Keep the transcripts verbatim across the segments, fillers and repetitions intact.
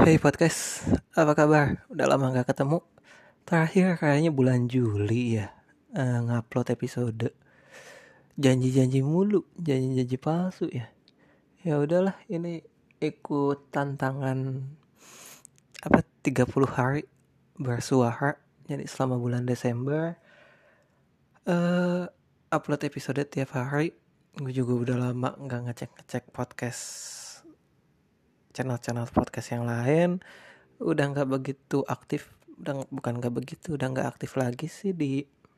Hey podcast, apa kabar? Udah lama gak ketemu. Terakhir kayaknya bulan Juli ya, uh, ngupload episode. Janji-janji mulu, janji-janji palsu ya. Ya udahlah, ini ikut tantangan apa tiga puluh hari bersuara. Jadi selama bulan Desember uh, upload episode tiap hari. Gue juga udah lama gak ngecek-ngecek podcast, channel-channel podcast yang lain. Udah nggak begitu aktif, udah bukan nggak begitu, udah nggak aktif lagi sih di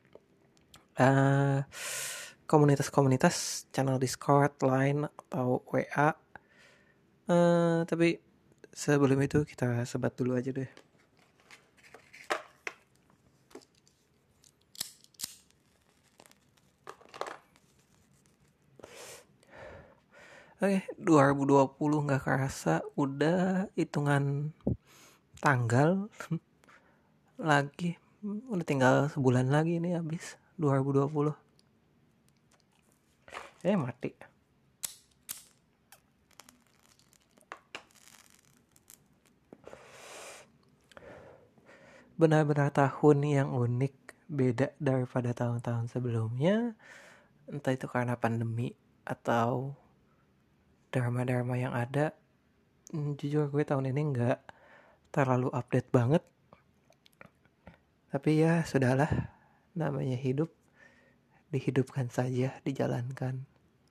uh, komunitas-komunitas channel Discord, Line atau W A. Uh, tapi sebelum itu kita sebat dulu aja deh. Oke, okay, dua ribu dua puluh nggak kerasa udah hitungan tanggal lagi, udah tinggal sebulan lagi nih habis dua ribu dua puluh. Eh mati. Benar-benar tahun yang unik, beda daripada tahun-tahun sebelumnya. Entah itu karena pandemi atau drama-drama yang ada. Jujur gue tahun ini gak terlalu update banget. Tapi ya sudahlah, namanya hidup, dihidupkan saja, dijalankan.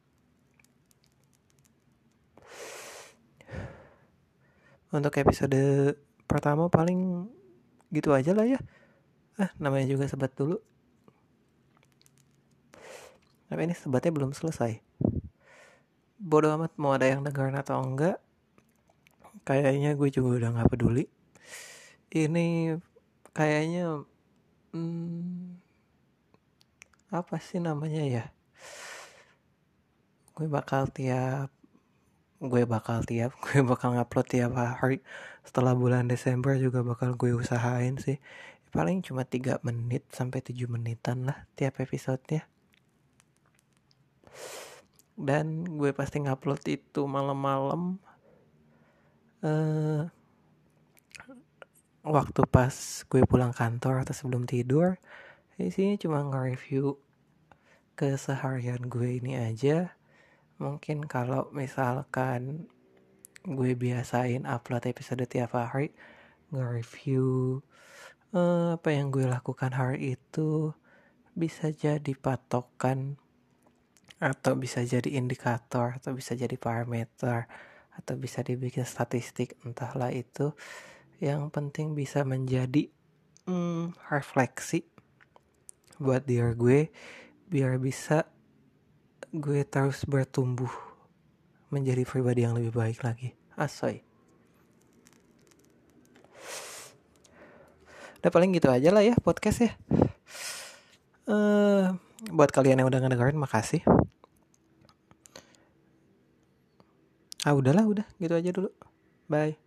Untuk episode pertama paling gitu aja lah ya. Ah, namanya juga sebat dulu. Tapi ini sebatnya belum selesai. Bodoh amat mau ada yang dengerin atau enggak. Kayaknya gue juga udah gak peduli. Ini kayaknya hmm, apa sih namanya ya? Gue bakal tiap Gue bakal tiap Gue bakal ngupload tiap hari. Setelah bulan Desember juga bakal gue usahain sih. Paling cuma tiga menit sampai tujuh menitan lah tiap episodenya. Dan gue pasti ngupload itu malam-malam, uh, waktu pas gue pulang kantor atau sebelum tidur. Isinya cuma nge-review keseharian gue ini aja. Mungkin kalau misalkan gue biasain upload episode tiap hari, nge-review uh, apa yang gue lakukan hari itu, bisa jadi patokan atau bisa jadi indikator atau bisa jadi parameter atau bisa dibikin statistik, entahlah itu. Yang penting bisa menjadi hmm, refleksi buat diri gue, biar bisa gue terus bertumbuh menjadi pribadi yang lebih baik lagi. Asoy. Udah paling gitu aja lah ya podcast ya. Uh, buat kalian yang udah ngedengerin, makasih. Ah udahlah, udah gitu aja dulu. Bye.